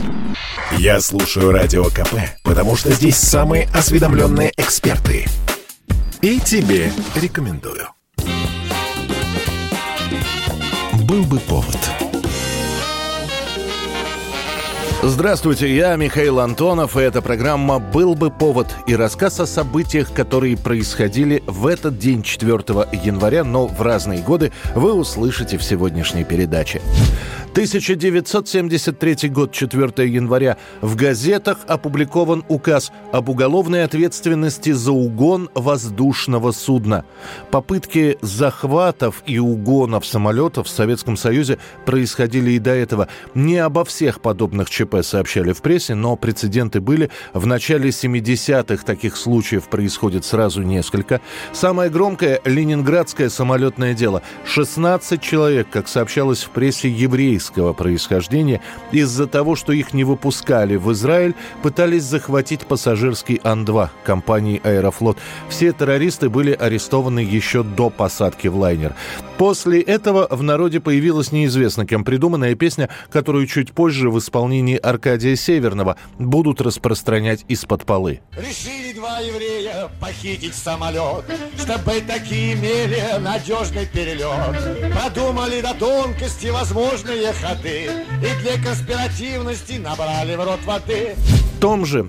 Я слушаю Радио КП, потому что здесь самые осведомленные эксперты. И тебе рекомендую. Был бы повод. Здравствуйте, я Михаил Антонов, и эта программа «Был бы повод» и рассказ о событиях, которые происходили в этот день, 4 января, но в разные годы, вы услышите в сегодняшней передаче. 1973 год, 4 января. В газетах опубликован указ об уголовной ответственности за угон воздушного судна. Попытки захватов и угонов самолетов в Советском Союзе происходили и до этого. Не обо всех подобных ЧП сообщали в прессе, но прецеденты были. В начале 70-х таких случаев происходит сразу несколько. Самое громкое – ленинградское самолетное дело. 16 человек, как сообщалось в прессе, еврейского происхождения, из-за того, что их не выпускали в Израиль, пытались захватить пассажирский Ан-2 компании «Аэрофлот». Все террористы были арестованы еще до посадки в лайнер. После этого в народе появилась неизвестно кем придуманная песня, которую чуть позже в исполнении Аркадия Северного будут распространять из-под полы. Решили два еврея похитить самолет, чтобы такие имели надежный перелет. Продумали до тонкости возможные ходы и для конспиративности набрали в рот воды. В том же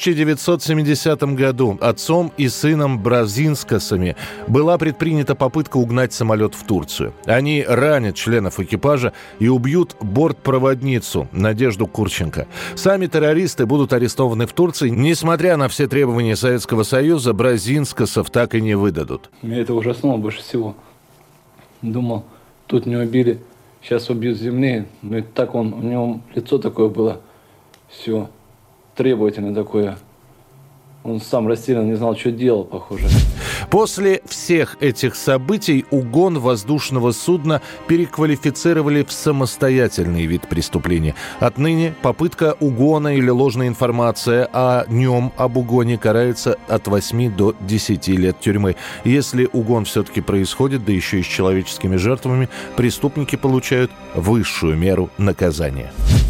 1970 году отцом и сыном Бразинскасами была предпринята попытка угнать самолет в Турцию. Они ранят членов экипажа и убьют бортпроводницу Надежду Курченко. Сами террористы будут арестованы в Турции. Несмотря на все требования Советского Союза, Бразинскасов так и не выдадут. Меня это ужаснуло больше всего. Думал, тут не убили, сейчас убьют с земли. Но это так у него лицо такое было, все требовательное такое. Он сам растерян, не знал, что делал, похоже. После всех этих событий угон воздушного судна переквалифицировали в самостоятельный вид преступления. Отныне попытка угона или ложная информация о нем, об угоне, карается от 8 до 10 лет тюрьмы. Если угон все-таки происходит, да еще и с человеческими жертвами, преступники получают высшую меру наказания.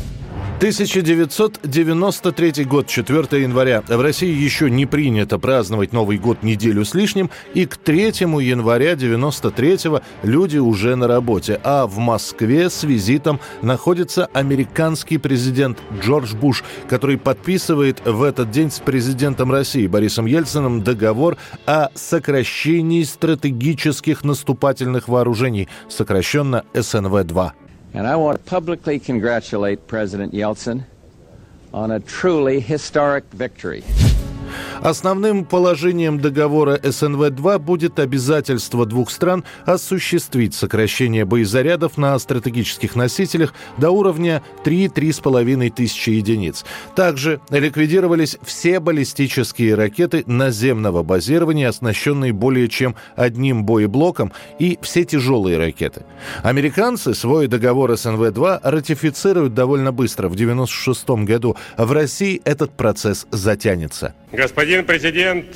1993 год, 4 января. В России еще не принято праздновать Новый год неделю с лишним, и к 3 января 93-го люди уже на работе. А в Москве с визитом находится американский президент Джордж Буш, который подписывает в этот день с президентом России Борисом Ельциным договор о сокращении стратегических наступательных вооружений, сокращенно СНВ-2. And I want to publicly congratulate President Yeltsin on a truly historic victory. Основным положением договора СНВ-2 будет обязательство двух стран осуществить сокращение боезарядов на стратегических носителях до уровня 3-3,5 тысячи единиц. Также ликвидировались все баллистические ракеты наземного базирования, оснащенные более чем одним боеблоком, и все тяжелые ракеты. Американцы свой договор СНВ-2 ратифицируют довольно быстро, в 1996 году. В России этот процесс затянется. Господин президент,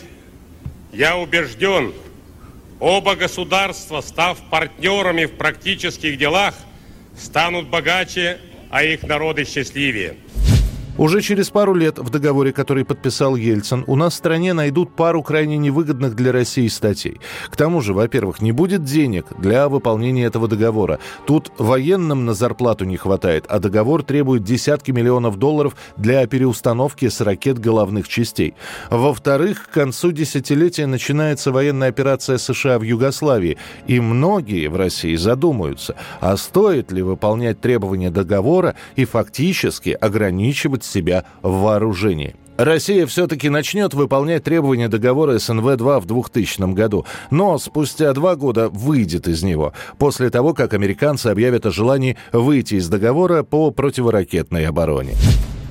я убежден, оба государства, став партнерами в практических делах, станут богаче, а их народы счастливее. Уже через пару лет в договоре, который подписал Ельцин, у нас в стране найдут пару крайне невыгодных для России статей. К тому же, во-первых, не будет денег для выполнения этого договора. Тут военным на зарплату не хватает, а договор требует десятки миллионов долларов для переустановки с ракет головных частей. Во-вторых, к концу десятилетия начинается военная операция США в Югославии, и многие в России задумаются, а стоит ли выполнять требования договора и фактически ограничивать себя в вооружении. Россия все-таки начнет выполнять требования договора СНВ-2 в 2000 году, но спустя 2 года выйдет из него, после того, как американцы объявят о желании выйти из договора по противоракетной обороне.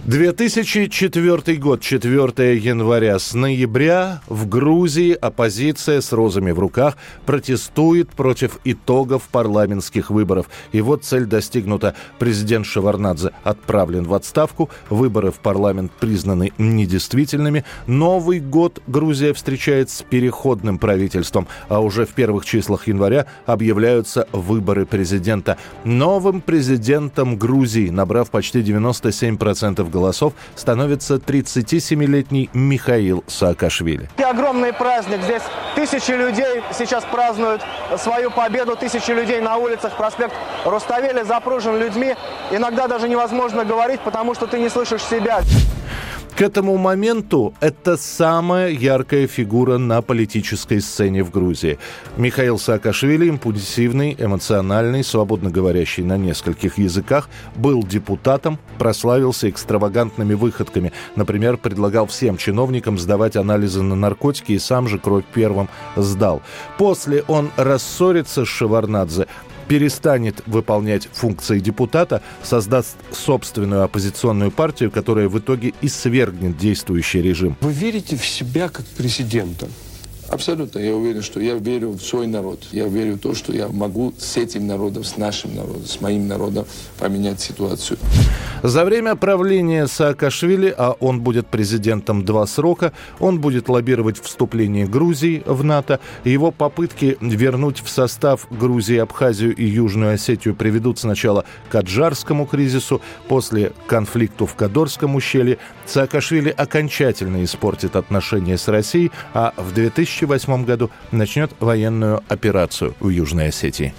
2004 год, 4 января. С ноября в Грузии оппозиция с розами в руках протестует против итогов парламентских выборов. И вот цель достигнута. Президент Шеварднадзе отправлен в отставку, выборы в парламент признаны недействительными. Новый год Грузия встречает с переходным правительством, а уже в первых числах января объявляются выборы президента. Новым президентом Грузии, набрав почти 97% голосов, становится 37-летний Михаил Саакашвили. Огромный праздник. Здесь тысячи людей сейчас празднуют свою победу. Тысячи людей на улицах. Проспект Руставели запружен людьми. Иногда даже невозможно говорить, потому что ты не слышишь себя. К этому моменту это самая яркая фигура на политической сцене в Грузии. Михаил Саакашвили, импульсивный, эмоциональный, свободно говорящий на нескольких языках, был депутатом, прославился экстравагантными выходками. Например, предлагал всем чиновникам сдавать анализы на наркотики и сам же кровь первым сдал. После он рассорится с Шеварднадзе, перестанет выполнять функции депутата, создаст собственную оппозиционную партию, которая в итоге и свергнет действующий режим. Вы верите в себя как президента? Абсолютно. Я уверен, что я верю в свой народ. Я верю в то, что я могу с этим народом, с нашим народом, с моим народом поменять ситуацию. За время правления Саакашвили, а он будет президентом 2 срока, он будет лоббировать вступление Грузии в НАТО. Его попытки вернуть в состав Грузии, Абхазию и Южную Осетию приведут сначала к Аджарскому кризису, после к конфликту в Кадорском ущелье. Саакашвили окончательно испортит отношения с Россией, а в 2008 году начнет военную операцию в Южной Осетии.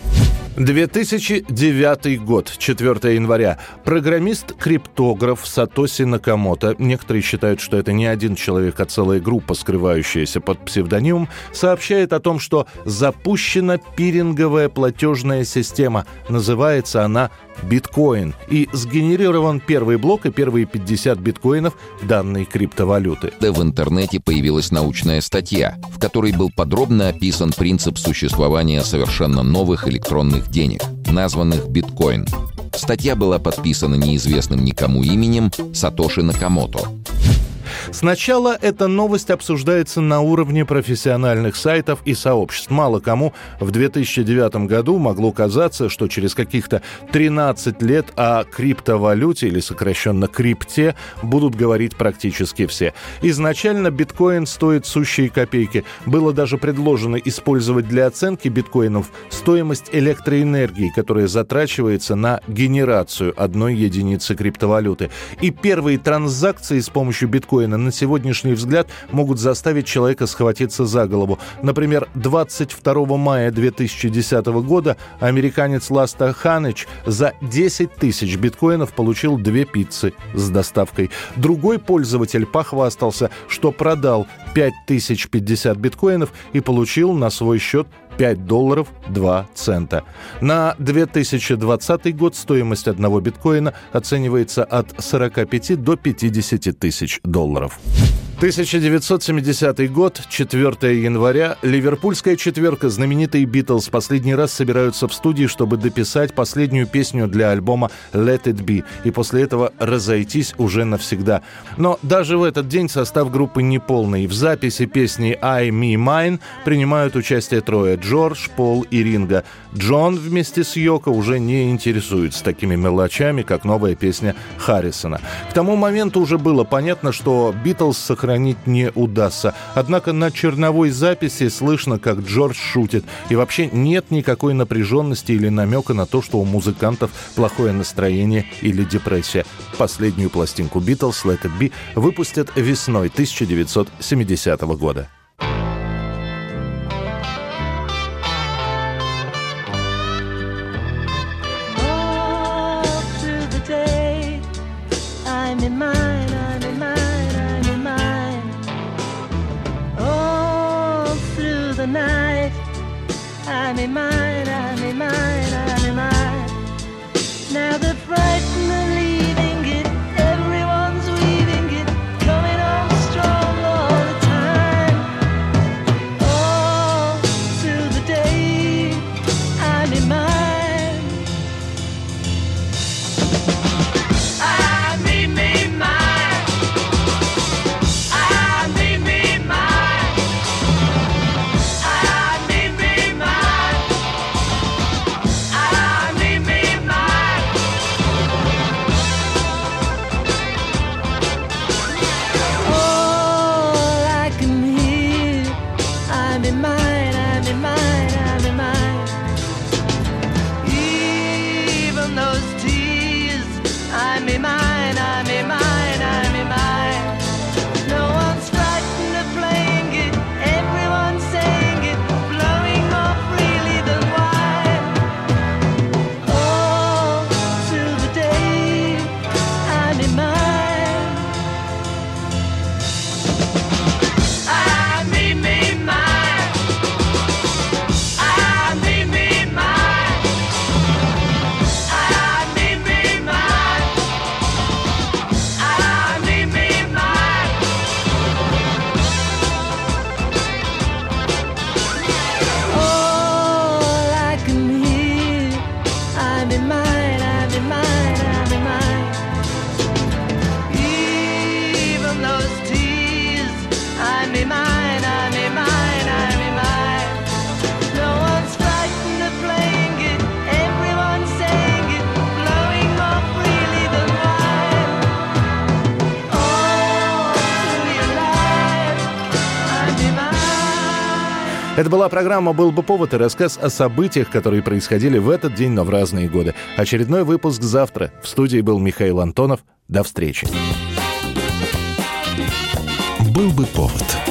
2009 год, 4 января. Программист-криптограф Сатоси Накамото, некоторые считают, что это не один человек, а целая группа, скрывающаяся под псевдонимом, сообщает о том, что запущена пиринговая платежная система. Называется она биткоин. И сгенерирован первый блок и первые 50 биткоинов данной криптовалюты. В интернете появилась научная статья, в которой был подробно описан принцип существования совершенно новых электронных денег, названных биткоин. Статья была подписана неизвестным никому именем Сатоши Накамото. Сначала эта новость обсуждается на уровне профессиональных сайтов и сообществ. Мало кому в 2009 году могло казаться, что через каких-то 13 лет о криптовалюте, или сокращенно крипте, будут говорить практически все. Изначально биткоин стоит сущие копейки. Было даже предложено использовать для оценки биткоинов стоимость электроэнергии, которая затрачивается на генерацию одной единицы криптовалюты. И первые транзакции с помощью биткоина на сегодняшний взгляд могут заставить человека схватиться за голову. Например, 22 мая 2010 года американец Ласта Ханич за 10 тысяч биткоинов получил 2 пиццы с доставкой. Другой пользователь похвастался, что продал 5050 биткоинов и получил на свой счет $5.02. На 2020 год стоимость одного биткоина оценивается от 45 до 50 тысяч долларов. 1970 год, 4 января. Ливерпульская четверка, знаменитые «Битлз», последний раз собираются в студии, чтобы дописать последнюю песню для альбома «Let It Be», и после этого разойтись уже навсегда. Но даже в этот день состав группы неполный. В записи песни «I, Me, Mine» принимают участие трое: Джордж, Пол и Ринго. Джон вместе с Йоко уже не интересуется такими мелочами, как новая песня Харрисона. К тому моменту уже было понятно, что «Битлз» сохранить не удастся. Однако на черновой записи слышно, как Джордж шутит. И вообще нет никакой напряженности или намека на то, что у музыкантов плохое настроение или депрессия. Последнюю пластинку «Битлз» «Let It Be» выпустят весной 1970 года. I'm in mine, I'm in mine, I'm in mine. Now the frightened are leaving it, everyone's weaving it, coming on strong all the time. All through the day, I'm in mine. I, me, mine. Это была программа «Был бы повод» и рассказ о событиях, которые происходили в этот день, но в разные годы. Очередной выпуск завтра. В студии был Михаил Антонов. До встречи. «Был бы повод».